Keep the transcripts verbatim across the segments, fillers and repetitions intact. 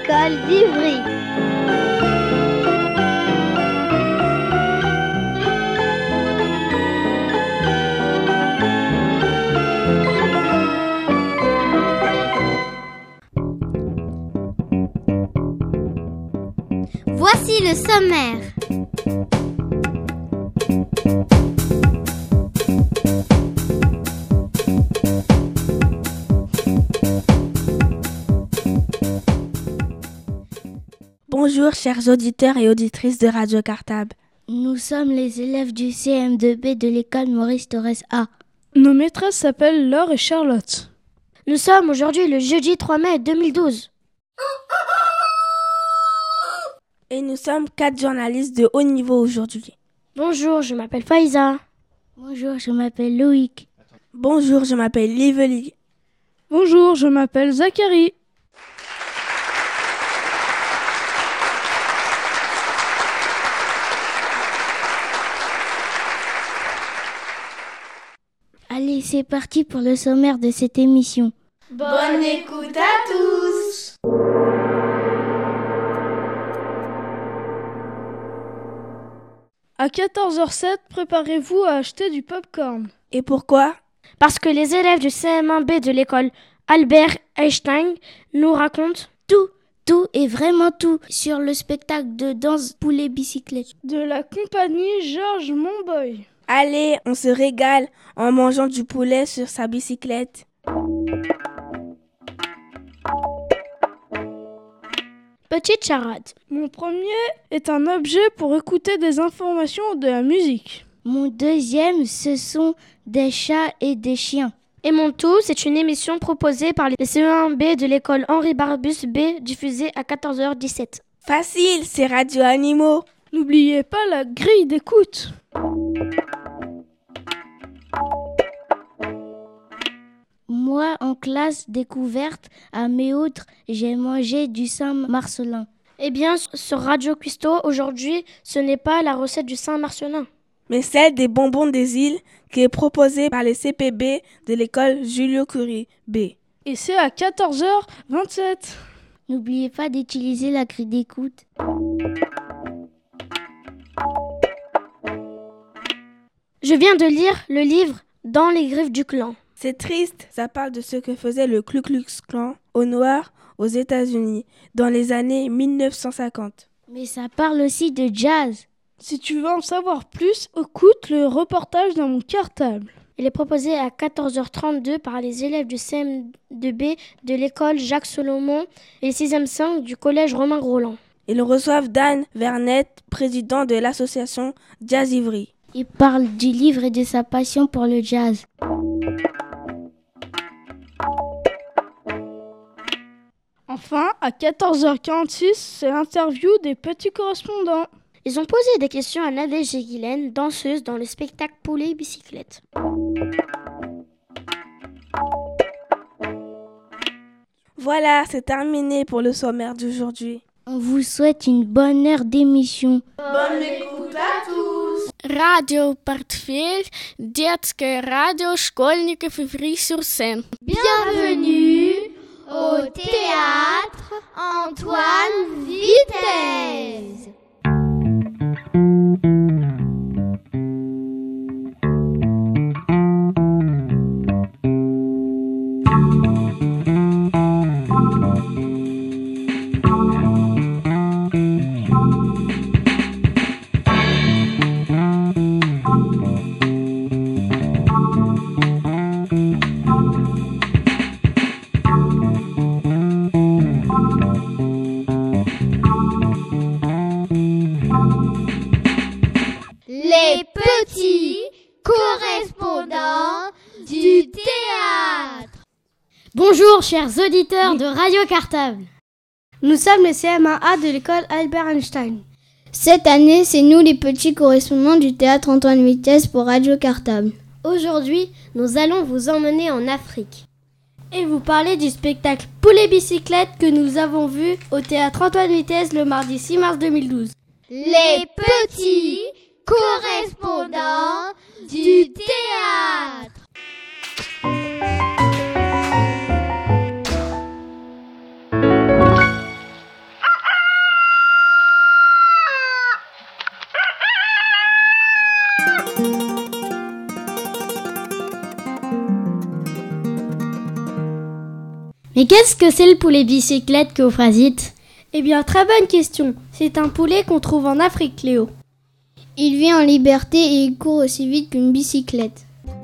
l'école d'Ivry. Voici le sommaire. Bonjour chers auditeurs et auditrices de Radio Cartable. Nous sommes les élèves du C M deux B de l'école Maurice Thorez A. Nos maîtresses s'appellent Laure et Charlotte. Nous sommes aujourd'hui le jeudi trois mai deux mille douze. Et nous sommes quatre journalistes de haut niveau aujourd'hui. Bonjour, je m'appelle Faiza. Bonjour, je m'appelle Loïc. Bonjour, je m'appelle Lively. Bonjour, je m'appelle Zachary. Allez, c'est parti pour le sommaire de cette émission. Bonne écoute à tous! À quatorze heures zéro sept, préparez-vous à acheter du pop-corn. Et pourquoi? Parce que les élèves du C M un B de l'école Albert Einstein nous racontent tout, tout et vraiment tout sur le spectacle de danse poulet bicyclette de la compagnie Georges Monboy. Allez, on se régale en mangeant du poulet sur sa bicyclette. Petite charade. Mon premier est un objet pour écouter des informations ou de la musique. Mon deuxième, ce sont des chats et des chiens. Et mon tout, c'est une émission proposée par les C E un B de l'école Henri Barbus B, diffusée à quatorze heures dix-sept. Facile, c'est Radio Animaux. N'oubliez pas la grille d'écoute. Moi, en classe découverte, à Méautre, j'ai mangé du Saint-Marcellin. Eh bien, sur Radio Cuisto, aujourd'hui, ce n'est pas la recette du Saint-Marcellin, mais celle des bonbons des îles qui est proposée par les C P B de l'école Julio Curie B. Et c'est à quatorze heures vingt-sept. N'oubliez pas d'utiliser la grille d'écoute. Je viens de lire le livre « Dans les griffes du clan ». C'est triste, ça parle de ce que faisait le Ku Klux Klan aux Noirs aux États-Unis dans les années mille neuf cent cinquante. Mais ça parle aussi de jazz. Si tu veux en savoir plus, écoute le reportage dans mon cartable. Il est proposé à quatorze heures trente-deux par les élèves du C M deux B de l'école Jacques Solomon et sixième cinq du collège Romain Groland. Ils reçoivent Dan Vernet, président de l'association Jazz Ivry. Il parle du livre et de sa passion pour le jazz. Enfin, à quatorze heures quarante-six, c'est l'interview des petits correspondants. Ils ont posé des questions à Nadège et Guylaine, danseuses dans le spectacle Poulet Bicyclette. Voilà, c'est terminé pour le sommaire d'aujourd'hui. On vous souhaite une bonne heure d'émission. Bonne écoute à tous! Radio Portefeuille, детское радио школьников Ivry-sur-Seine. Bienvenue au théâtre Antoine Vitesse. Les petits correspondants du théâtre. Bonjour chers auditeurs de Radio Cartable. Nous sommes le C M un A de l'école Albert Einstein. Cette année, c'est nous les petits correspondants du théâtre Antoine Vitesse pour Radio Cartable. Aujourd'hui, nous allons vous emmener en Afrique et vous parler du spectacle Poulet Bicyclette que nous avons vu au théâtre Antoine Vitesse le mardi six mars deux mille douze. Les petits correspondants du théâtre. Mais qu'est-ce que c'est le poulet bicyclette, Kéophrasite ? Eh bien, très bonne question. C'est un poulet qu'on trouve en Afrique, Léo. Il vit en liberté et il court aussi vite qu'une bicyclette.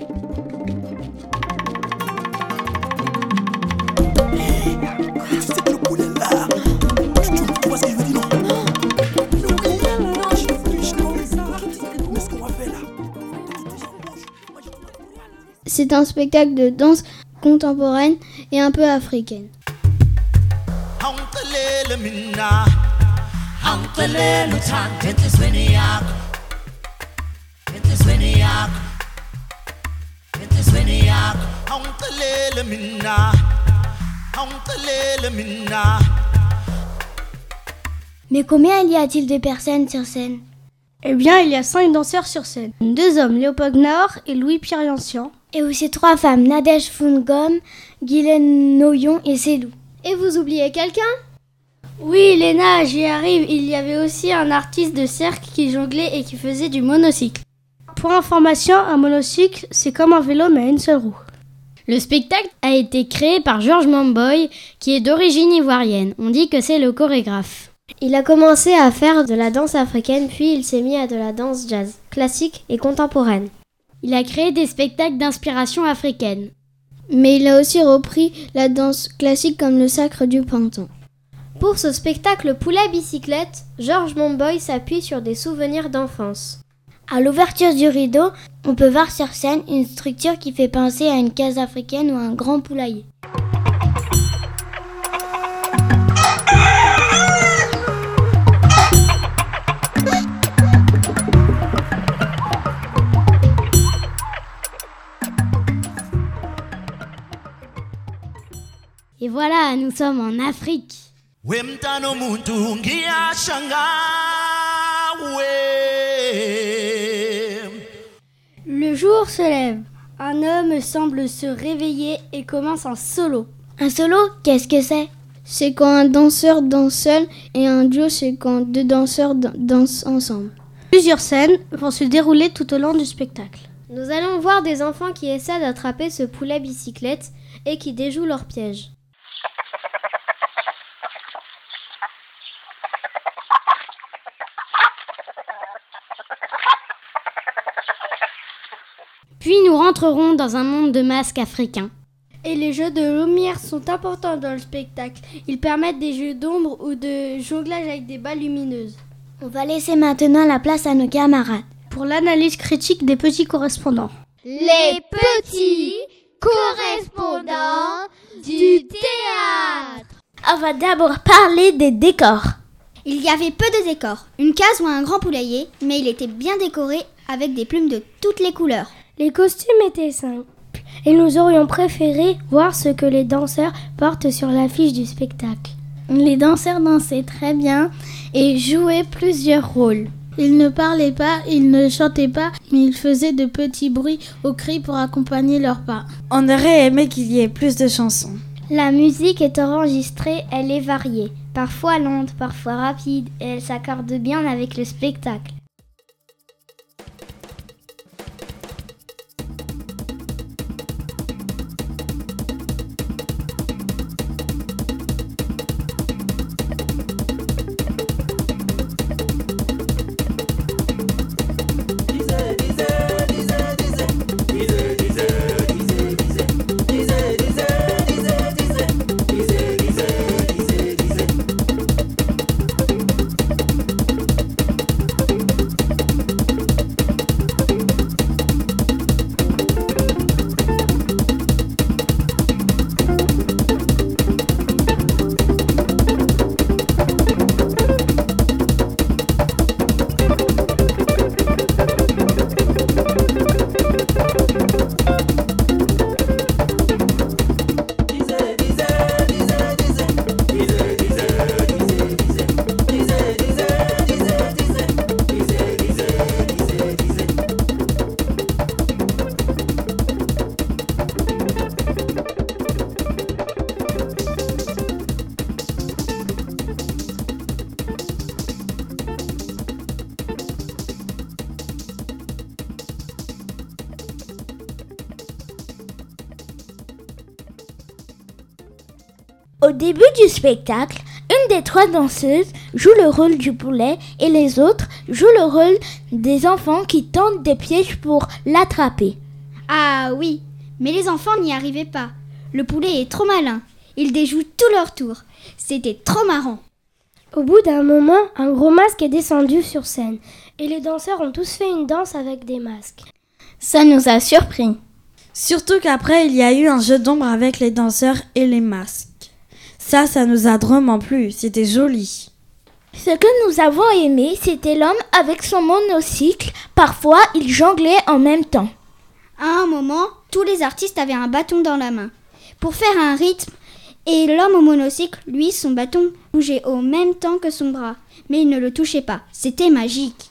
C'est un spectacle de danse contemporaine et un peu africaine. Mais combien y a-t-il de personnes sur scène ? Eh bien, il y a cinq danseurs sur scène. Deux hommes, Léopold Nord et Louis-Pierre Yancian. Et aussi trois femmes, Nadège Fungom, Guylaine Noyon et Célou. Et vous oubliez quelqu'un ? Oui, Léna, j'y arrive. Il y avait aussi un artiste de cirque qui jonglait et qui faisait du monocycle. Pour information, un monocycle, c'est comme un vélo mais à une seule roue. Le spectacle a été créé par Georges Mamboy, qui est d'origine ivoirienne. On dit que c'est le chorégraphe. Il a commencé à faire de la danse africaine, puis il s'est mis à de la danse jazz, classique et contemporaine. Il a créé des spectacles d'inspiration africaine. Mais il a aussi repris la danse classique comme le sacre du printemps. Pour ce spectacle poulet bicyclette, Georges Mamboy s'appuie sur des souvenirs d'enfance. À l'ouverture du rideau, on peut voir sur scène une structure qui fait penser à une case africaine ou à un grand poulailler. Et voilà, nous sommes en Afrique. Le jour se lève. Un homme semble se réveiller et commence un solo. Un solo, qu'est-ce que c'est ? C'est quand un danseur danse seul et un duo, c'est quand deux danseurs dansent ensemble. Plusieurs scènes vont se dérouler tout au long du spectacle. Nous allons voir des enfants qui essaient d'attraper ce poulet bicyclette et qui déjouent leur piège. Puis nous rentrerons dans un monde de masques africains. Et les jeux de lumière sont importants dans le spectacle. Ils permettent des jeux d'ombre ou de jonglage avec des balles lumineuses. On va laisser maintenant la place à nos camarades pour l'analyse critique des petits correspondants. Les petits correspondants du théâtre. On va d'abord parler des décors. Il y avait peu de décors, une case ou un grand poulailler, mais il était bien décoré avec des plumes de toutes les couleurs. Les costumes étaient simples et nous aurions préféré voir ce que les danseurs portent sur l'affiche du spectacle. Les danseurs dansaient très bien et jouaient plusieurs rôles. Ils ne parlaient pas, ils ne chantaient pas, mais ils faisaient de petits bruits aux cris pour accompagner leurs pas. On aurait aimé qu'il y ait plus de chansons. La musique est enregistrée, elle est variée, parfois lente, parfois rapide, et elle s'accorde bien avec le spectacle. Au début du spectacle, une des trois danseuses joue le rôle du poulet et les autres jouent le rôle des enfants qui tentent des pièges pour l'attraper. Ah oui, mais les enfants n'y arrivaient pas. Le poulet est trop malin. Ils déjouent tout leur tour. C'était trop marrant. Au bout d'un moment, un gros masque est descendu sur scène et les danseurs ont tous fait une danse avec des masques. Ça nous a surpris. Surtout qu'après, il y a eu un jeu d'ombre avec les danseurs et les masques. Ça, ça nous a drôlement plu, c'était joli. Ce que nous avons aimé, c'était l'homme avec son monocycle. Parfois, il jonglait en même temps. À un moment, tous les artistes avaient un bâton dans la main pour faire un rythme. Et l'homme au monocycle, lui, son bâton bougeait au même temps que son bras. Mais il ne le touchait pas. C'était magique.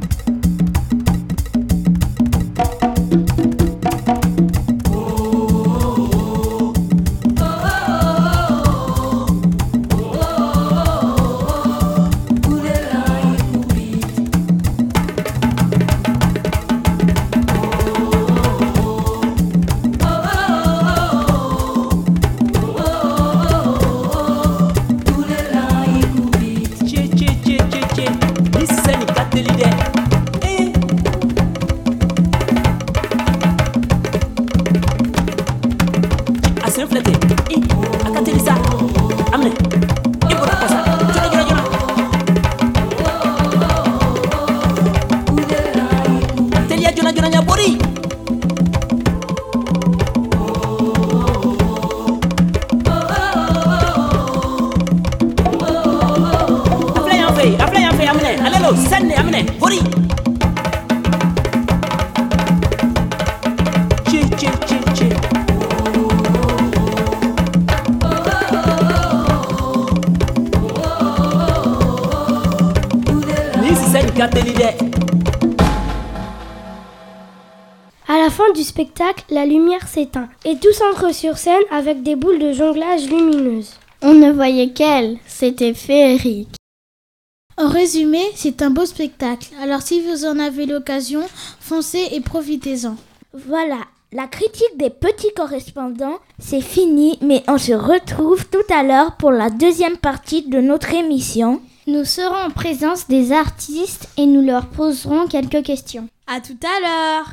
À la fin du spectacle, la lumière s'éteint et tous entrent sur scène avec des boules de jonglage lumineuses. On ne voyait qu'elles, c'était féerique. En résumé, c'est un beau spectacle. Alors si vous en avez l'occasion, foncez et profitez-en. Voilà, la critique des petits correspondants, c'est fini, mais on se retrouve tout à l'heure pour la deuxième partie de notre émission. Nous serons en présence des artistes et nous leur poserons quelques questions. À tout à l'heure!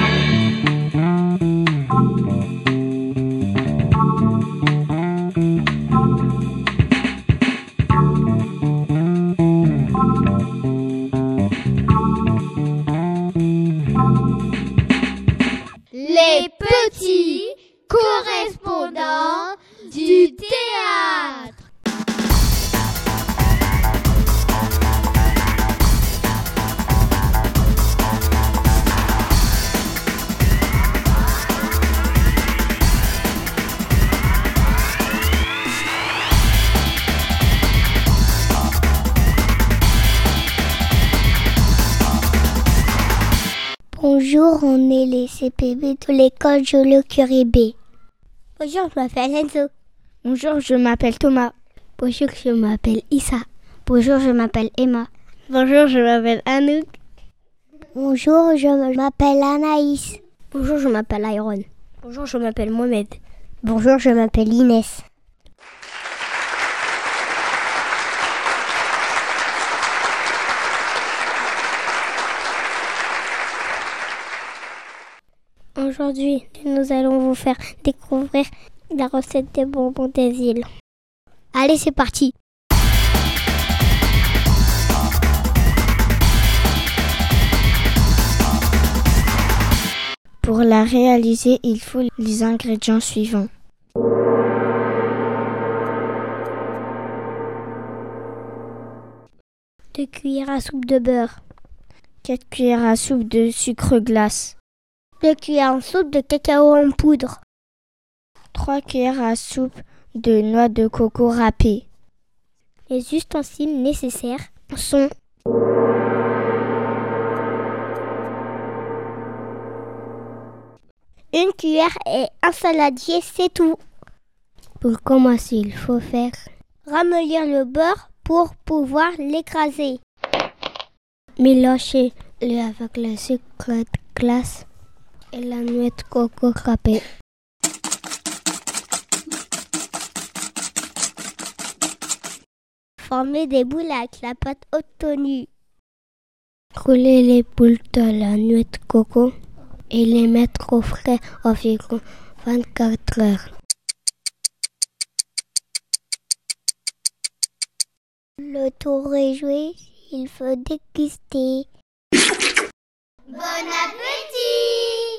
Les petits correspondants du théâtre. Bonjour, on est les C P B de l'école Joliot-Curie-B. Bonjour, je m'appelle Enzo. Bonjour, je m'appelle Thomas. Bonjour, je m'appelle Issa. Bonjour, je m'appelle Emma. Bonjour, je m'appelle Anouk. Bonjour, je m'appelle Anaïs. Bonjour, je m'appelle Iron. Bonjour, je m'appelle Mohamed. Bonjour, je m'appelle Inès. Aujourd'hui, nous allons vous faire découvrir la recette des bonbons des îles. Allez, c'est parti! Pour la réaliser, il faut les ingrédients suivants. deux cuillères à soupe de beurre. quatre cuillères à soupe de sucre glace. deux cuillères à soupe de cacao en poudre. trois cuillères à soupe de noix de coco râpées. Les ustensiles nécessaires sont une cuillère et un saladier, c'est tout. Pour commencer, il faut faire ramollir le beurre pour pouvoir l'écraser. Mélangez-le avec le sucre glace et la noix de coco râpée. former des boules avec la pâte obtenue. Rouler les boules dans la noix de coco et les mettre au frais environ vingt-quatre heures. Le tour est joué, il faut déguster. Bon appétit!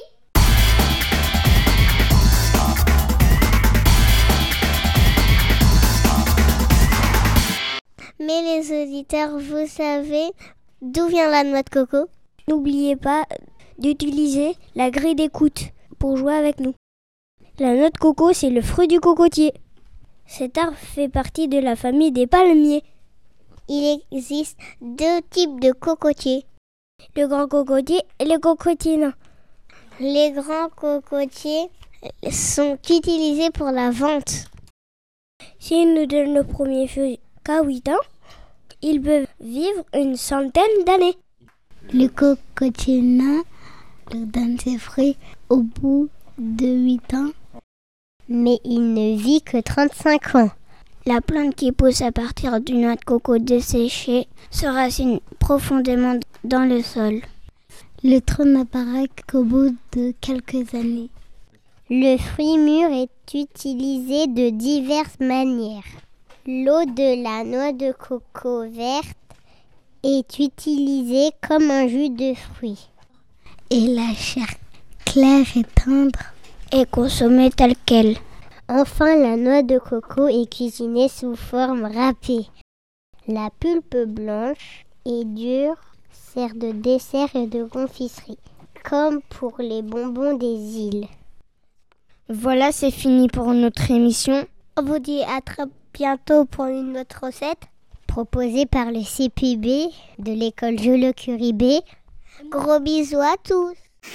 Mais les auditeurs, vous savez d'où vient la noix de coco? N'oubliez pas d'utiliser la grille d'écoute pour jouer avec nous. La noix de coco, c'est le fruit du cocotier. Cet arbre fait partie de la famille des palmiers. Il existe deux types de cocotiers. Le grand cocotier et le cocotier nain. Les grands cocotiers sont utilisés pour la vente. S'ils nous donnent le premier feuille qu'à huit ans, ils peuvent vivre une centaine d'années. Le cocotier nain leur donne ses fruits au bout de huit ans, mais il ne vit que trente-cinq ans. La plante qui pousse à partir d'une noix de coco desséchée se racine profondément dans le sol. Le tronc n'apparaît qu'au bout de quelques années. Le fruit mûr est utilisé de diverses manières. L'eau de la noix de coco verte est utilisée comme un jus de fruits. Et la chair claire et tendre est consommée telle qu'elle. Enfin, la noix de coco est cuisinée sous forme râpée. La pulpe blanche et dure sert de dessert et de confiserie, comme pour les bonbons des îles. Voilà, c'est fini pour notre émission. On vous dit à très bientôt pour une autre recette proposée par le C P B de l'école Joliot-Curie B. Gros bisous à tous.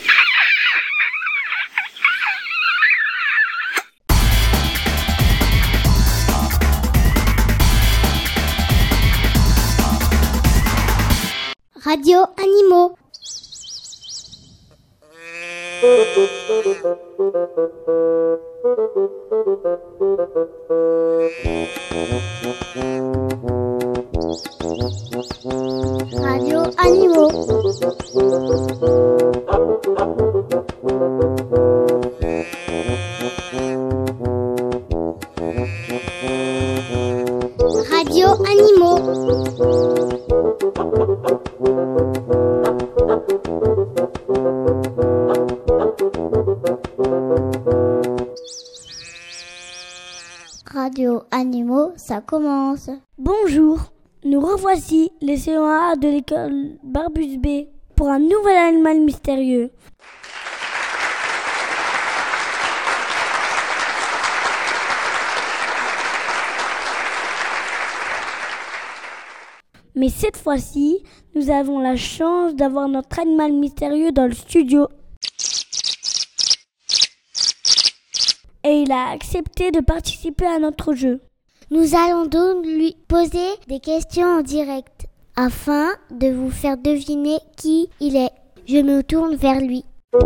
Radio Animaux. Radio Animaux. Radio Animaux. Radio Animaux, ça commence. Bonjour, nous revoici les C E un A de l'école Barbus B pour un nouvel animal mystérieux. Mais cette fois-ci, nous avons la chance d'avoir notre animal mystérieux dans le studio. Et il a accepté de participer à notre jeu. Nous allons donc lui poser des questions en direct afin de vous faire deviner qui il est. Je me tourne vers lui.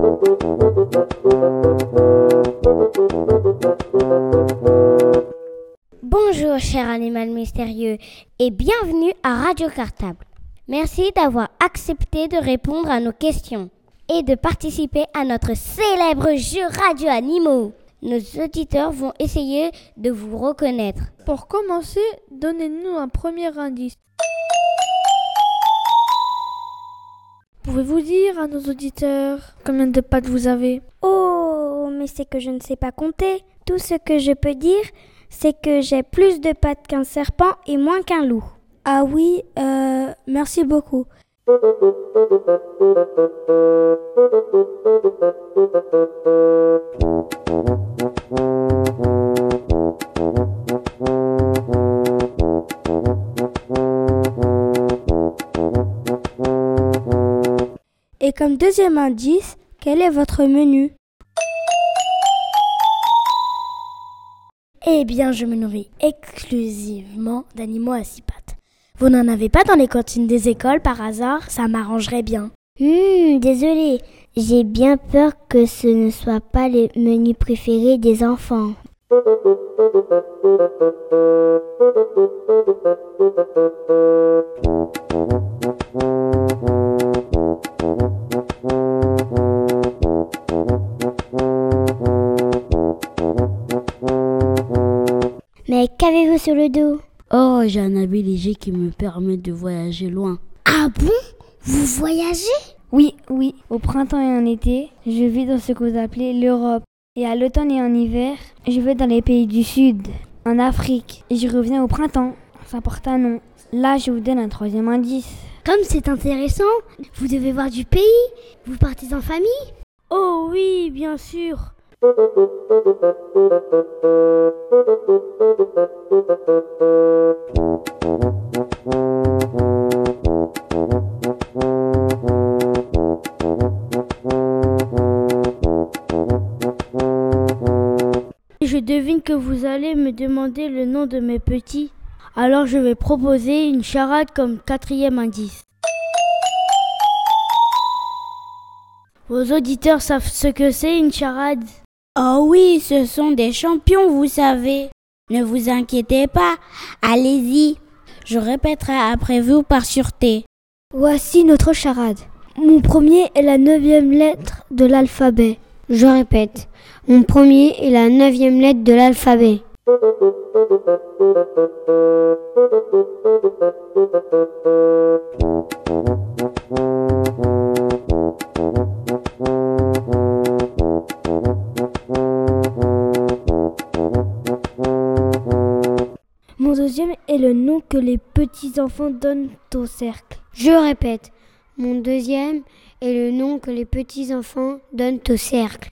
Bonjour cher animal mystérieux et bienvenue à Radio Cartable. Merci d'avoir accepté de répondre à nos questions et de participer à notre célèbre jeu Radio Animaux. Nos auditeurs vont essayer de vous reconnaître. Pour commencer, donnez-nous un premier indice. Pouvez-vous dire à nos auditeurs combien de pattes vous avez? Oh, mais c'est que je ne sais pas compter. Tout ce que je peux dire, c'est que j'ai plus de pattes qu'un serpent et moins qu'un loup. Ah oui, euh, merci beaucoup. Et comme deuxième indice, quel est votre menu? Eh bien, je me nourris exclusivement d'animaux à six pattes. Vous n'en avez pas dans les cantines des écoles par hasard? Ça m'arrangerait bien. Hum, désolée, j'ai bien peur que ce ne soit pas les menus préférés des enfants. Mais qu'avez-vous sur le dos? Oh, j'ai un habit léger qui me permet de voyager loin. Ah bon? Vous voyagez? Oui, oui. Au printemps et en été, je vis dans ce que vous appelez l'Europe. Et à l'automne et en hiver, je vais dans les pays du Sud, en Afrique. Et je reviens au printemps. Ça porte un nom. Là, je vous donne un troisième indice. Comme c'est intéressant, vous devez voir du pays. Vous partez en famille? Oh oui, bien sûr. Je devine que vous allez me demander le nom de mes petits. Alors je vais proposer une charade comme quatrième indice. Vos auditeurs savent ce que c'est une charade? Oh oui, ce sont des champions, vous savez. Ne vous inquiétez pas, allez-y. Je répéterai après vous par sûreté. Voici notre charade. Mon premier est la neuvième lettre de l'alphabet. Je répète, mon premier est la neuvième lettre de l'alphabet. Mon deuxième est le nom que les petits-enfants donnent au cercle. Je répète, mon deuxième est le nom que les petits-enfants donnent au cercle.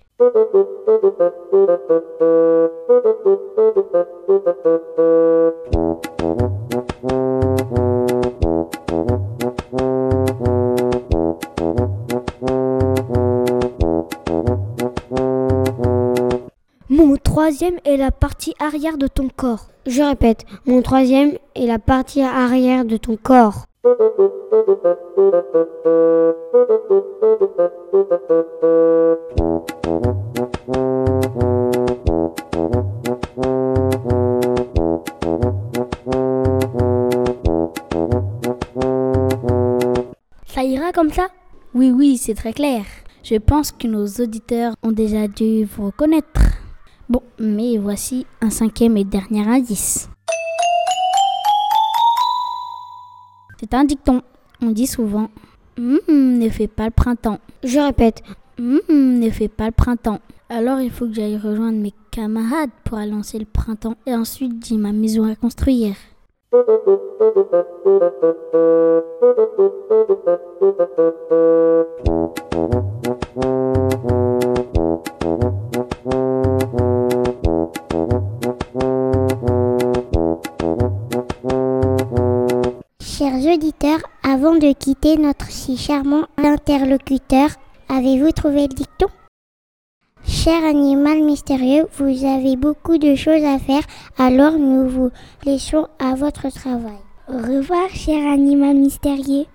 Mon troisième est la partie arrière de ton corps. Je répète, mon troisième est la partie arrière de ton corps. Ça ira comme ça? Oui, oui, c'est très clair. Je pense que nos auditeurs ont déjà dû vous reconnaître. Bon, mais voici un cinquième et dernier indice. C'est un dicton. On dit souvent mmh, « ne fais pas le printemps ». Je répète mmh, « ne fais pas le printemps ». Alors il faut que j'aille rejoindre mes camarades pour annoncer le printemps. Et ensuite j'ai ma maison à construire. Chers auditeurs, avant de quitter notre si charmant interlocuteur, avez-vous trouvé le dicton? Cher animal mystérieux, vous avez beaucoup de choses à faire, alors nous vous laissons à votre travail. Au revoir, cher animal mystérieux.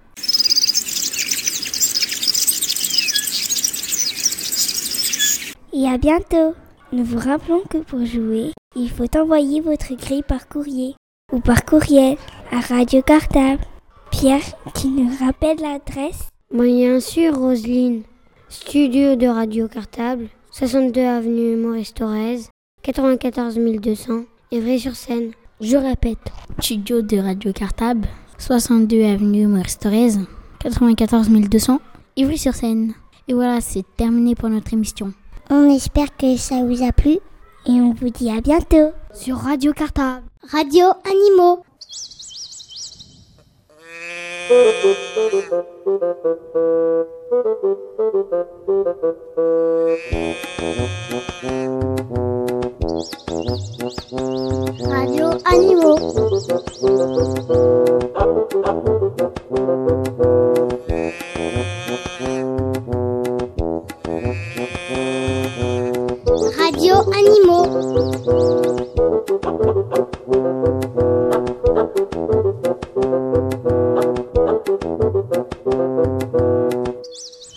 Et à bientôt. Nous vous rappelons que pour jouer, il faut envoyer votre grille par courrier ou par courriel à Radio Cartable. Pierre qui nous rappelle l'adresse. Bien sûr, Roselyne. Studio de Radio Cartable, soixante-deux avenue Maurice Thorez, quatre-vingt-quatorze mille deux cents, Ivry-sur-Seine. Je répète, studio de Radio Cartable, soixante-deux avenue Maurice Thorez, quatre-vingt-quatorze mille deux cents, Ivry-sur-Seine. Et voilà, c'est terminé pour notre émission. On espère que ça vous a plu et on vous dit à bientôt sur Radio Cartable. Radio Animaux. Radio Animaux. Radio Animaux.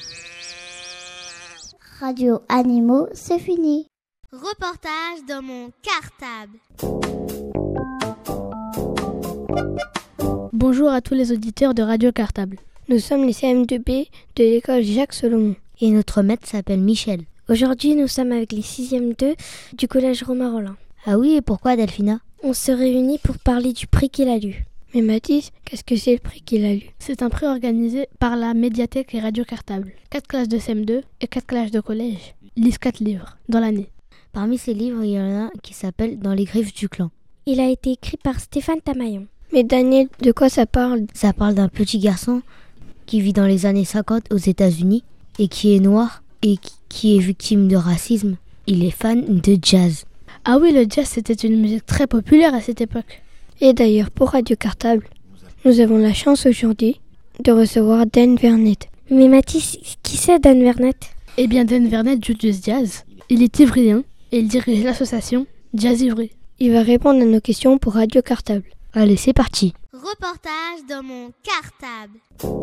Radio Animaux, c'est fini. Reportage dans mon cartable. Bonjour à tous les auditeurs de Radio Cartable. Nous sommes les C M deux B de l'école Jacques Solomon. Et notre maître s'appelle Michel. Aujourd'hui, nous sommes avec les sixième deux du collège Romain Rollin. Ah oui, et pourquoi Delphina? On se réunit pour parler du prix qu'il a lu. Mais Mathis, qu'est-ce que c'est le prix qu'il a lu? C'est un prix organisé par la médiathèque et Radio Cartable. Quatre classes de C M deux et quatre classes de collège lisent quatre livres dans l'année. Parmi ces livres, il y en a qui s'appelle Dans les griffes du clan. Il a été écrit par Stéphane Tamayon. Mais Daniel, de quoi ça parle? Ça parle d'un petit garçon qui vit dans les années cinquante aux États-Unis et qui est noir et qui est victime de racisme. Il est fan de jazz. Ah oui, le jazz, c'était une musique très populaire à cette époque. Et d'ailleurs, pour Radio Cartable, nous avons la chance aujourd'hui de recevoir Dan Vernet. Mais Mathis, qui c'est Dan Vernet? Eh bien, Dan Vernet joue du jazz. Il est ivrien et il dirige l'association Jazz Ivry. Il va répondre à nos questions pour Radio Cartable. Allez, c'est parti. Reportage dans mon cartable.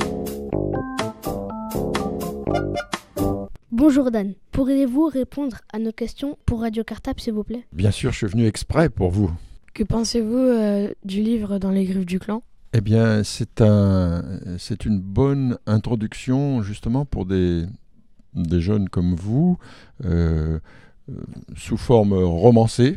Bonjour Dan, pourriez-vous répondre à nos questions pour Radio Cartable, s'il vous plaît? Bien sûr, je suis venu exprès pour vous. Que pensez-vous euh, du livre Dans les griffes du clan? Eh bien, c'est, un, c'est une bonne introduction justement pour des, des jeunes comme vous, euh, euh, sous forme romancée,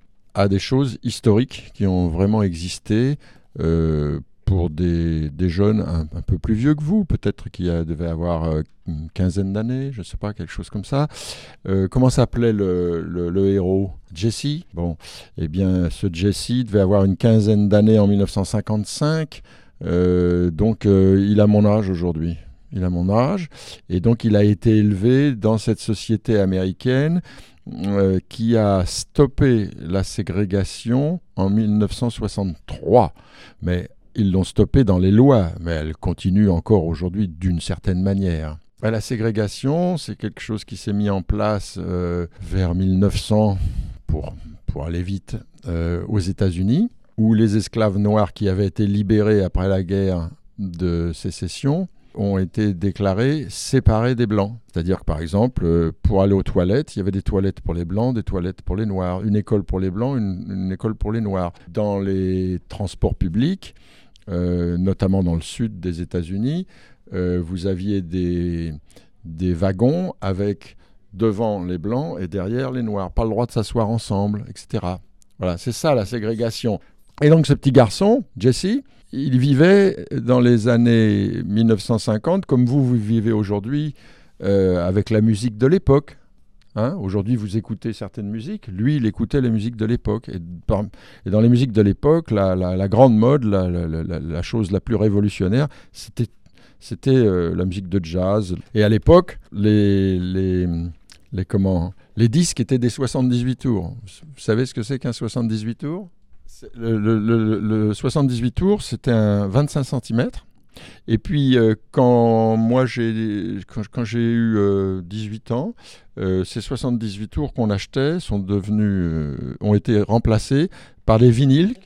à des choses historiques qui ont vraiment existé, euh, pour des, des jeunes un, un peu plus vieux que vous, peut-être qui a, devaient avoir euh, une quinzaine d'années, je ne sais pas, quelque chose comme ça. Euh, comment s'appelait le, le, le héros? Jesse. Bon, eh bien, ce Jesse devait avoir une quinzaine d'années en dix-neuf cent cinquante-cinq, euh, donc euh, il a mon âge aujourd'hui. Il a mon âge, et donc il a été élevé dans cette société américaine euh, qui a stoppé la ségrégation en dix-neuf cent soixante-trois. Mais ils l'ont stoppée dans les lois, mais elle continue encore aujourd'hui d'une certaine manière. La ségrégation, c'est quelque chose qui s'est mis en place euh, vers mille neuf cents, pour, pour aller vite, euh, aux États-Unis, où les esclaves noirs qui avaient été libérés après la guerre de sécession ont été déclarés séparés des Blancs. C'est-à-dire que, par exemple, euh, pour aller aux toilettes, il y avait des toilettes pour les Blancs, des toilettes pour les Noirs, une école pour les Blancs, une, une école pour les Noirs. Dans les transports publics, Euh, notamment dans le sud des États-Unis, euh, vous aviez des, des wagons avec devant les Blancs et derrière les Noirs. Pas le droit de s'asseoir ensemble, et cetera. Voilà, c'est ça la ségrégation. Et donc ce petit garçon, Jesse, il vivait dans les années dix-neuf cent cinquante, comme vous, vous vivez aujourd'hui, euh, avec la musique de l'époque. Hein, aujourd'hui, vous écoutez certaines musiques. Lui, il écoutait les musiques de l'époque. Et, par, et dans les musiques de l'époque, la, la, la grande mode, la, la, la, la chose la plus révolutionnaire, c'était, c'était euh, la musique de jazz. Et à l'époque, les, les, les, comment, les disques étaient des soixante-dix-huit tours. Vous savez ce que c'est qu'un soixante-dix-huit tours? le, le, le, le soixante-dix-huit tours, c'était un vingt-cinq centimètres. Et puis, euh, quand moi j'ai, quand, quand j'ai eu euh, dix-huit ans, euh, ces soixante-dix-huit tours qu'on achetait sont devenus, euh, ont été remplacés par des vinyles.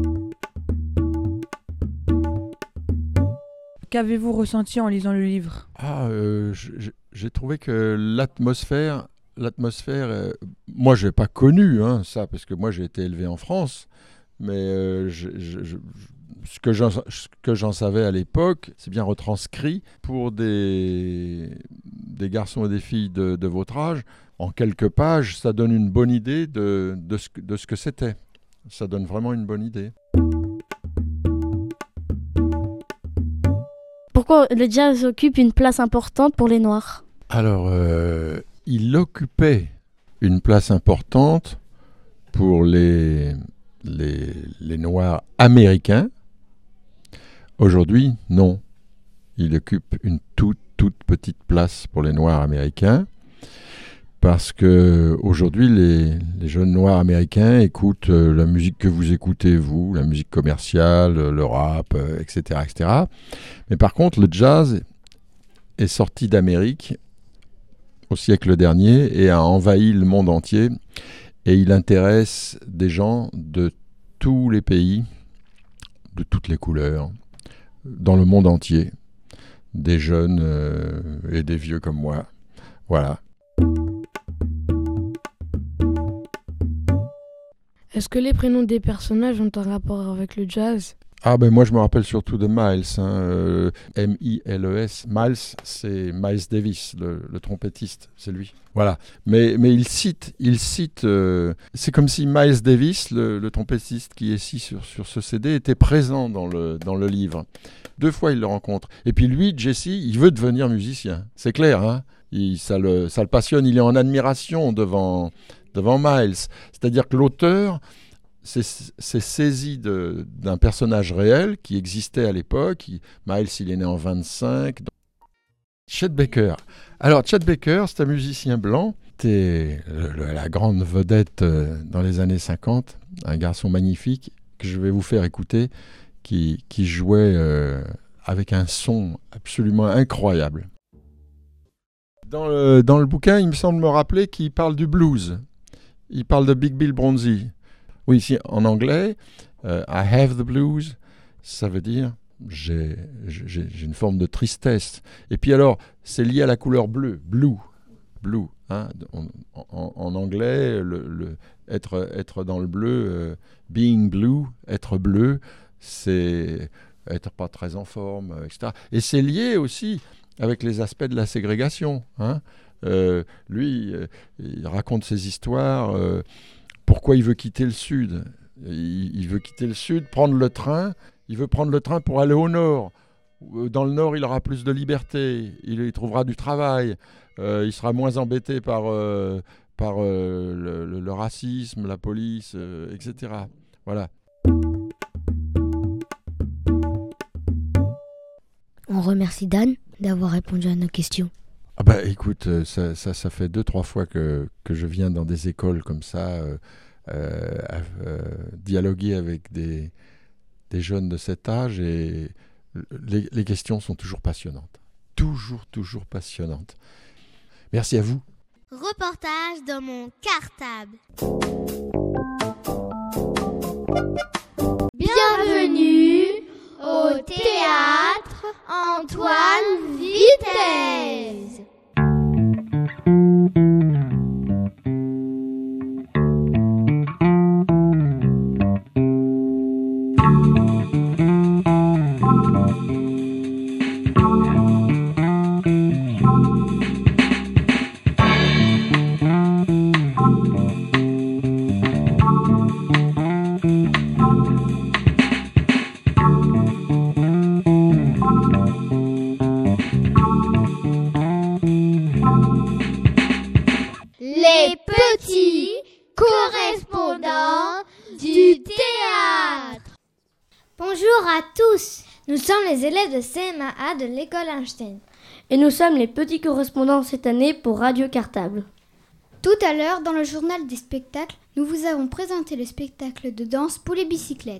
Qu'avez-vous ressenti en lisant le livre? Ah, euh, j'ai, j'ai trouvé que l'atmosphère, l'atmosphère, euh, moi je n'ai pas connu hein, ça, parce que moi j'ai été élevé en France, mais euh, je, je, je Ce que, j'en, ce que j'en savais à l'époque, c'est bien retranscrit pour des, des garçons et des filles de, de votre âge. En quelques pages, ça donne une bonne idée de, de, ce, de ce que c'était. Ça donne vraiment une bonne idée. Pourquoi le jazz occupe une place importante pour les Noirs? Alors, euh, il occupait une place importante pour les, les, les Noirs américains. Aujourd'hui, non. Il occupe une toute, toute petite place pour les Noirs américains parce que aujourd'hui, les, les jeunes Noirs américains écoutent euh, la musique que vous écoutez, vous, la musique commerciale, le rap, euh, et cetera, et cetera. Mais par contre, le jazz est sorti d'Amérique au siècle dernier et a envahi le monde entier. Et il intéresse des gens de tous les pays, de toutes les couleurs, dans le monde entier, des jeunes euh, et des vieux comme moi. Voilà. Est-ce que les prénoms des personnages ont un rapport avec le jazz ? Ah ben moi je me rappelle surtout de Miles, hein, euh, M I L E S. Miles, c'est Miles Davis, le, le trompettiste, c'est lui. Voilà. Mais, mais il cite, il cite euh, c'est comme si Miles Davis, le, le trompettiste qui est ici sur, sur ce C D, était présent dans le, dans le livre. Deux fois il le rencontre. Et puis lui, Jesse, il veut devenir musicien. C'est clair, hein, il, ça, le, ça le passionne, il est en admiration devant, devant Miles. C'est-à-dire que l'auteur... C'est, c'est saisi de, d'un personnage réel qui existait à l'époque. Il, Miles, il est né en vingt-cinq. Chet Baker. Alors, Chet Baker, c'est un musicien blanc. C'était le, le, la grande vedette euh, dans les années cinquante. Un garçon magnifique que je vais vous faire écouter, qui, qui jouait euh, avec un son absolument incroyable. Dans le, dans le bouquin, il me semble me rappeler qu'il parle du blues. Il parle de Big Bill Bronzy. Oui, ici, en anglais, euh, I have the blues, ça veut dire j'ai, j'ai, j'ai une forme de tristesse. Et puis alors, c'est lié à la couleur bleue, blue, blue. Hein, en, en, en anglais, le, le, être, être dans le bleu, euh, being blue, être bleu, c'est être pas très en forme, et cetera. Et c'est lié aussi avec les aspects de la ségrégation. Hein. Euh, lui, euh, il raconte ses histoires... Euh, Pourquoi il veut quitter le sud ? il, il veut quitter le sud, prendre le train. Il veut prendre le train pour aller au nord. Dans le nord, il aura plus de liberté. Il, il trouvera du travail. Euh, il sera moins embêté par, euh, par euh, le, le, le racisme, la police, euh, et cetera. Voilà. On remercie Dan d'avoir répondu à nos questions. Ah bah écoute, ça, ça, ça fait deux, trois fois que, que je viens dans des écoles comme ça, euh, euh, euh, dialoguer avec des, des jeunes de cet âge et les, les questions sont toujours passionnantes. Toujours, toujours passionnantes. Merci à vous. Reportage dans mon cartable. Bienvenue au théâtre Antoine Vitesse. Les petits correspondants du théâtre. Bonjour à tous. Nous sommes les élèves de C M A A de l'école Einstein. Et nous sommes les petits correspondants cette année pour Radio Cartable. Tout à l'heure, dans le journal des spectacles, nous vous avons présenté le spectacle de danse pour les bicyclettes.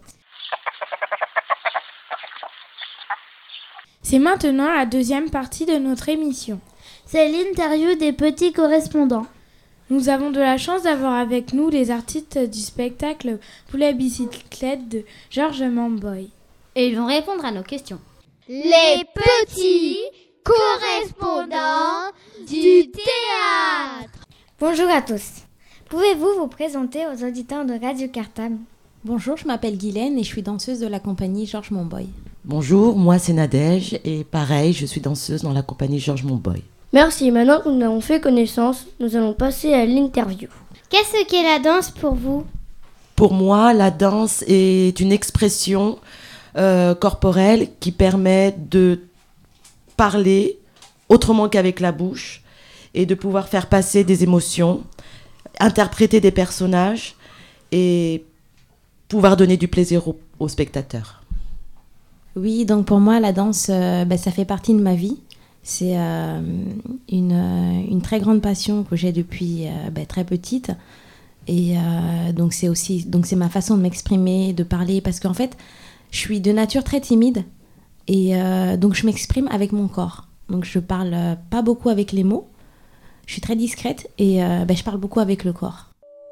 C'est maintenant la deuxième partie de notre émission. C'est l'interview des petits correspondants. Nous avons de la chance d'avoir avec nous les artistes du spectacle pour la bicyclette de Georges Mamboy. Et ils vont répondre à nos questions. Les petits correspondants du théâtre. Bonjour à tous. Pouvez-vous vous présenter aux auditeurs de Radio Cartable ? Bonjour, je m'appelle Guylaine et je suis danseuse de la compagnie Georges Mamboy. Bonjour, moi c'est Nadège et pareil, je suis danseuse dans la compagnie Georges Mamboy. Merci, maintenant que nous avons fait connaissance, nous allons passer à l'interview. Qu'est-ce qu'est la danse pour vous ? Pour moi, la danse est une expression euh, corporelle qui permet de parler autrement qu'avec la bouche et de pouvoir faire passer des émotions, interpréter des personnages et pouvoir donner du plaisir aux, aux spectateurs. Oui, donc pour moi, la danse, euh, bah, ça fait partie de ma vie. C'est euh, une, euh, une très grande passion que j'ai depuis euh, bah, très petite. Et euh, donc, c'est aussi, donc c'est ma façon de m'exprimer, de parler. Parce qu'en fait, je suis de nature très timide. Et euh, donc, je m'exprime avec mon corps. Donc, je parle euh, pas beaucoup avec les mots. Je suis très discrète et euh, bah, je parle beaucoup avec le corps.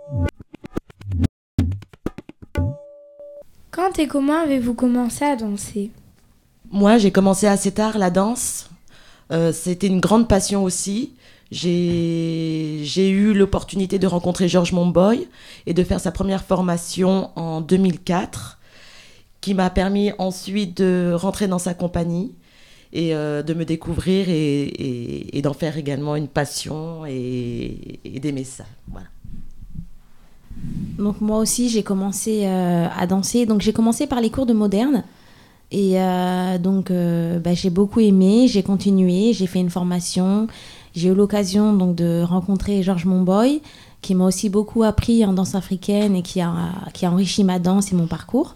Quand et comment avez-vous commencé à danser ? Moi, j'ai commencé assez tard la danse. Euh, c'était une grande passion aussi. j'ai, j'ai eu l'opportunité de rencontrer Georges Monboy et de faire sa première formation en deux mille quatre, qui m'a permis ensuite de rentrer dans sa compagnie et euh, de me découvrir et, et, et d'en faire également une passion et, et d'aimer ça. Voilà. Donc moi aussi, j'ai commencé euh, à danser. Donc j'ai commencé par les cours de moderne. Et euh, donc euh, bah, j'ai beaucoup aimé, j'ai continué, j'ai fait une formation. J'ai eu l'occasion donc, de rencontrer Georges Monboy, qui m'a aussi beaucoup appris en danse africaine et qui a, qui a enrichi ma danse et mon parcours.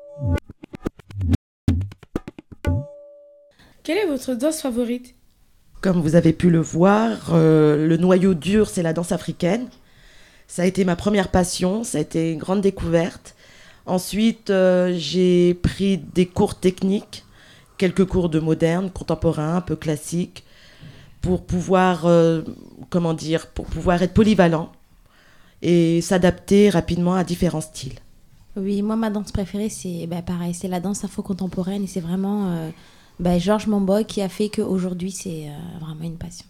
Quelle est votre danse favorite ? Comme vous avez pu le voir, euh, le noyau dur, c'est la danse africaine. Ça a été ma première passion, ça a été une grande découverte. Ensuite, euh, j'ai pris des cours techniques, quelques cours de moderne, contemporain, un peu classique, pour pouvoir, euh, comment dire, pour pouvoir être polyvalent et s'adapter rapidement à différents styles. Oui, moi, ma danse préférée, c'est bah, pareil, c'est la danse afro-contemporaine et c'est vraiment euh, bah, Georges Monboy qui a fait qu'aujourd'hui, c'est euh, vraiment une passion.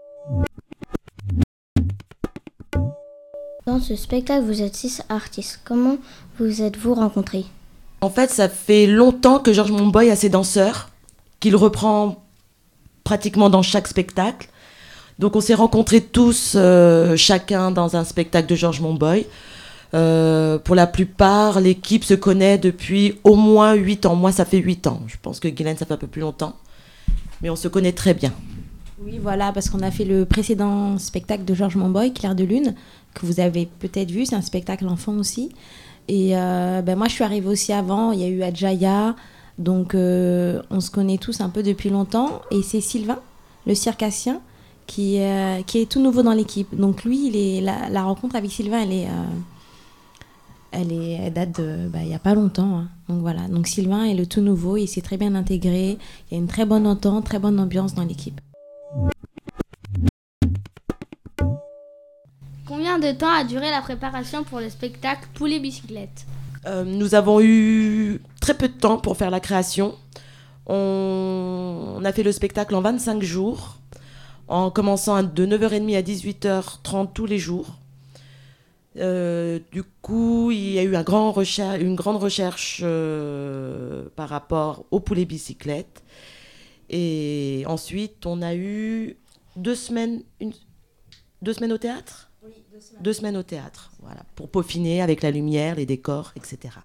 Dans ce spectacle, vous êtes six artistes. Comment vous êtes-vous rencontrés ? En fait, ça fait longtemps que Georges Monboy a ses danseurs, qu'il reprend pratiquement dans chaque spectacle. Donc on s'est rencontrés tous, euh, chacun dans un spectacle de Georges Monboy. Euh, pour la plupart, l'équipe se connaît depuis au moins huit ans. Moi, ça fait huit ans. Je pense que Guylaine, ça fait un peu plus longtemps. Mais on se connaît très bien. Oui, voilà, parce qu'on a fait le précédent spectacle de Georges Monboy, Clair de Lune, que vous avez peut-être vu. C'est un spectacle enfant aussi. Et euh, ben moi, je suis arrivée aussi avant. Il y a eu Adjaya. Donc, euh, on se connaît tous un peu depuis longtemps. Et c'est Sylvain, le circassien, qui, euh, qui est tout nouveau dans l'équipe. Donc, lui, il est, la, la rencontre avec Sylvain, elle, est, euh, elle, est, elle date de, bah, il n'y a pas longtemps. Hein. Donc, voilà. Donc, Sylvain est le tout nouveau. Il s'est très bien intégré. Il y a une très bonne entente, très bonne ambiance dans l'équipe. Combien de temps a duré la préparation pour le spectacle Poulet Bicyclette ? Euh, nous avons eu très peu de temps pour faire la création. On, on a fait le spectacle en vingt-cinq jours, en commençant de neuf heures trente à dix-huit heures trente tous les jours. Euh, du coup, il y a eu un grand recher- une grande recherche euh, par rapport au poulet bicyclette. Et ensuite, on a eu deux semaines, une, deux semaines au théâtre ? Oui, deux semaines. Deux semaines au théâtre, voilà, pour peaufiner avec la lumière, les décors, et cetera.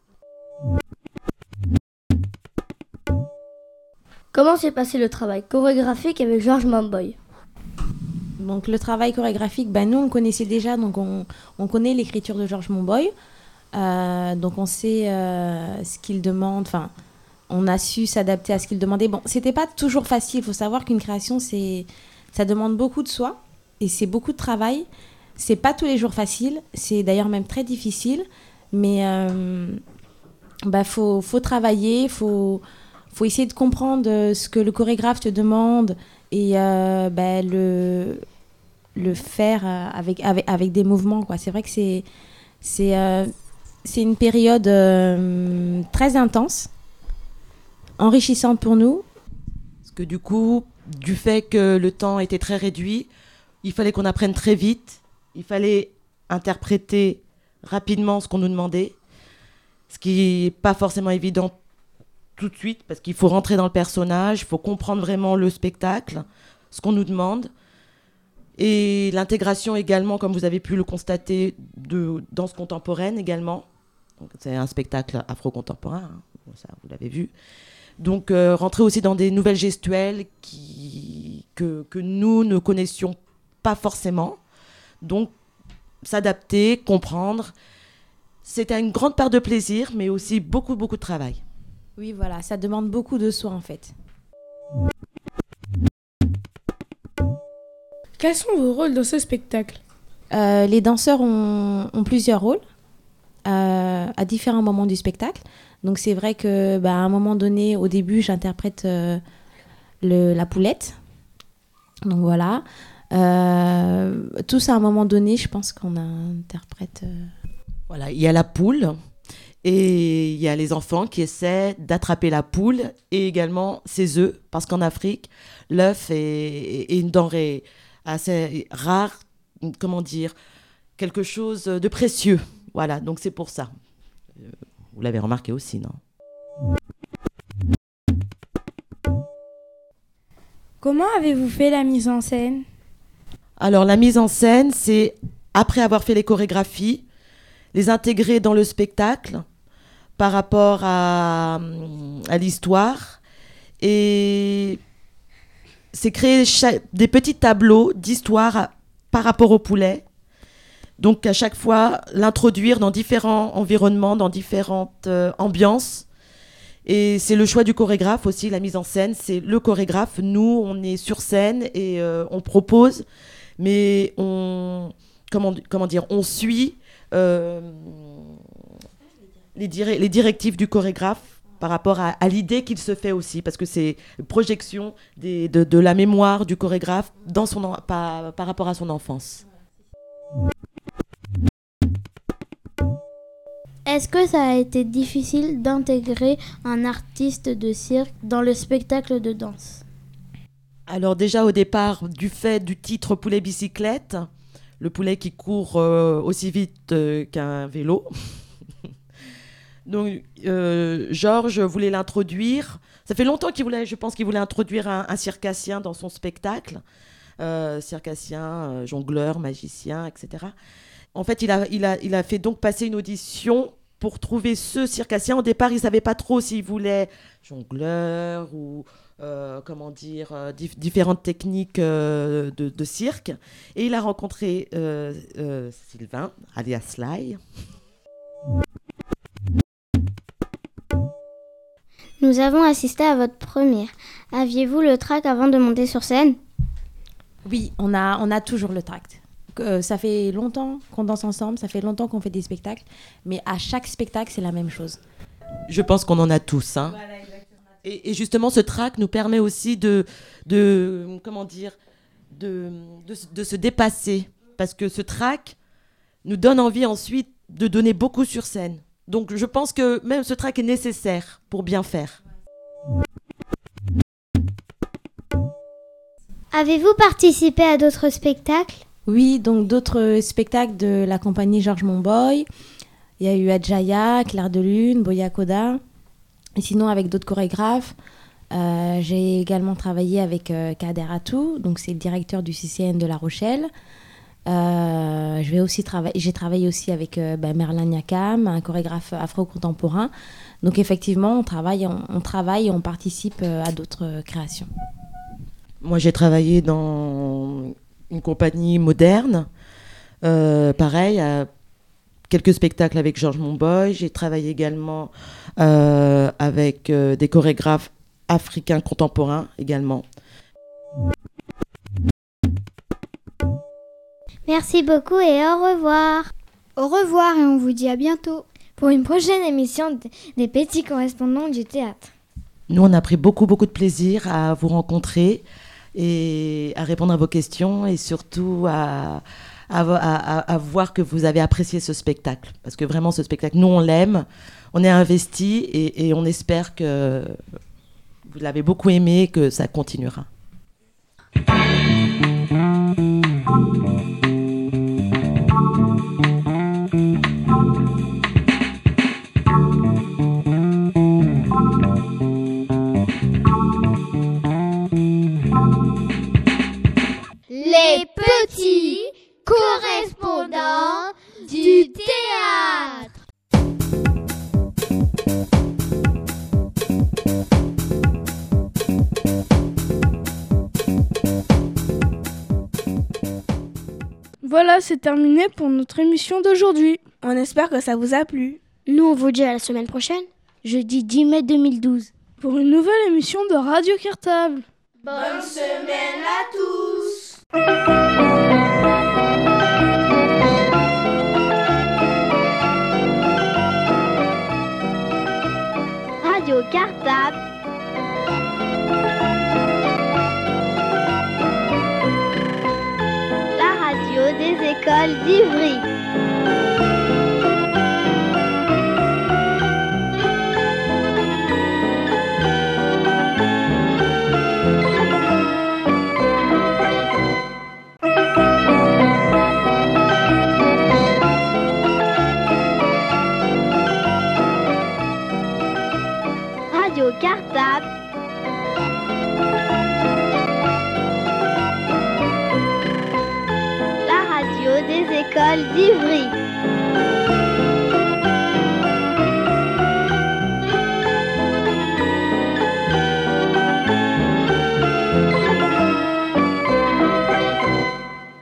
Comment s'est passé le travail chorégraphique avec Georges Monboy ? Donc le travail chorégraphique, ben, nous on le connaissait déjà, donc on, on connaît l'écriture de Georges Monboy. Euh, donc on sait euh, ce qu'il demande, enfin on a su s'adapter à ce qu'il demandait. Bon, c'était pas toujours facile, il faut savoir qu'une création, c'est, ça demande beaucoup de soi et c'est beaucoup de travail. C'est pas tous les jours facile, c'est d'ailleurs même très difficile, mais euh, bah, faut, faut travailler, faut, faut essayer de comprendre ce que le chorégraphe te demande et euh, bah, le, le faire avec, avec, avec des mouvements, quoi. C'est vrai que c'est, c'est, euh, c'est une période euh, très intense, enrichissante pour nous. Parce que du coup, du fait que le temps était très réduit, il fallait qu'on apprenne très vite. Il fallait interpréter rapidement ce qu'on nous demandait, ce qui n'est pas forcément évident tout de suite, parce qu'il faut rentrer dans le personnage, il faut comprendre vraiment le spectacle, ce qu'on nous demande. Et l'intégration également, comme vous avez pu le constater, de danse contemporaine également. Donc, c'est un spectacle afro-contemporain, hein, ça vous l'avez vu. Donc euh, rentrer aussi dans des nouvelles gestuelles qui, que, que nous ne connaissions pas forcément. Donc, s'adapter, comprendre, c'était une grande part de plaisir, mais aussi beaucoup, beaucoup de travail. Oui, voilà, ça demande beaucoup de soi, en fait. Quels sont vos rôles dans ce spectacle ? euh, Les danseurs ont, ont plusieurs rôles euh, à différents moments du spectacle. Donc, c'est vrai que, bah, à un moment donné, au début, j'interprète euh, le, la poulette. Donc, voilà. Euh, tous à un moment donné, je pense qu'on interprète. Euh... Voilà, il y a la poule et il y a les enfants qui essaient d'attraper la poule et également ses œufs, parce qu'en Afrique, l'œuf est, est une denrée assez rare, comment dire, quelque chose de précieux. Voilà, donc c'est pour ça. Euh, vous l'avez remarqué aussi, non ? Comment avez-vous fait la mise en scène ? Alors la mise en scène, c'est après avoir fait les chorégraphies, les intégrer dans le spectacle par rapport à, à l'histoire. Et c'est créer chaque, des petits tableaux d'histoire à, par rapport au poulet. Donc à chaque fois, l'introduire dans différents environnements, dans différentes euh, ambiances. Et c'est le choix du chorégraphe aussi, la mise en scène. C'est le chorégraphe. Nous, on est sur scène et euh, on propose, mais on, comment, comment dire, on suit euh, les, dire- les directives du chorégraphe par rapport à, à l'idée qu'il se fait aussi, parce que c'est une projection des, de, de la mémoire du chorégraphe dans son, en- par, par rapport à son enfance. Est-ce que ça a été difficile d'intégrer un artiste de cirque dans le spectacle de danse ? Alors déjà au départ, du fait du titre poulet bicyclette, le poulet qui court euh, aussi vite euh, qu'un vélo. Donc euh, Georges voulait l'introduire. Ça fait longtemps qu'il voulait, je pense qu'il voulait introduire un, un circassien dans son spectacle. Euh, circassien, euh, jongleur, magicien, et cetera. En fait, il a, il, a, il a fait donc passer une audition pour trouver ce circassien. Au départ, il ne savait pas trop s'il voulait jongleur ou euh, comment dire, euh, dif- différentes techniques euh, de, de cirque. Et il a rencontré euh, euh, Sylvain, alias Sly. Nous avons assisté à votre première. Aviez-vous le trac avant de monter sur scène ? Oui, on a, on a toujours le tract. Euh, ça fait longtemps qu'on danse ensemble, ça fait longtemps qu'on fait des spectacles, mais à chaque spectacle, c'est la même chose. Je pense qu'on en a tous. Hein. Voilà, et, et justement, ce track nous permet aussi de, de comment dire, de, de, de se dépasser, parce que ce track nous donne envie ensuite de donner beaucoup sur scène. Donc, je pense que même ce track est nécessaire pour bien faire. Avez-vous participé à d'autres spectacles ? Oui, donc d'autres spectacles de la compagnie Georges Monboy. Il y a eu Adjaya, Claire de Lune, Boya Koda. Et sinon, avec d'autres chorégraphes, euh, j'ai également travaillé avec euh, Kader Atou, donc c'est le directeur du C C N de La Rochelle. Euh, je vais aussi trava- j'ai travaillé aussi avec euh, bah, Merlin Niakam, un chorégraphe afro-contemporain. Donc effectivement, on travaille, on, on travaille et on participe euh, à d'autres euh, créations. Moi, j'ai travaillé dans une compagnie moderne, euh, pareil, à quelques spectacles avec Georges Monboy. J'ai travaillé également euh, avec euh, des chorégraphes africains contemporains également. Merci beaucoup et au revoir. Au revoir et on vous dit à bientôt pour une prochaine émission des petits correspondants du théâtre. Nous, on a pris beaucoup, beaucoup de plaisir à vous rencontrer et à répondre à vos questions et surtout à, à, à, à voir que vous avez apprécié ce spectacle. Parce que vraiment, ce spectacle, nous, on l'aime, on est investis et, et on espère que vous l'avez beaucoup aimé et que ça continuera. Les petits correspondants du théâtre. Voilà, c'est terminé pour notre émission d'aujourd'hui. On espère que ça vous a plu. Nous, on vous dit à la semaine prochaine, jeudi dix mai deux mille douze, pour une nouvelle émission de Radio Cartable. Bonne semaine à tous. Radio Cartable. La radio des écoles d'Ivry. l'école d'Ivry.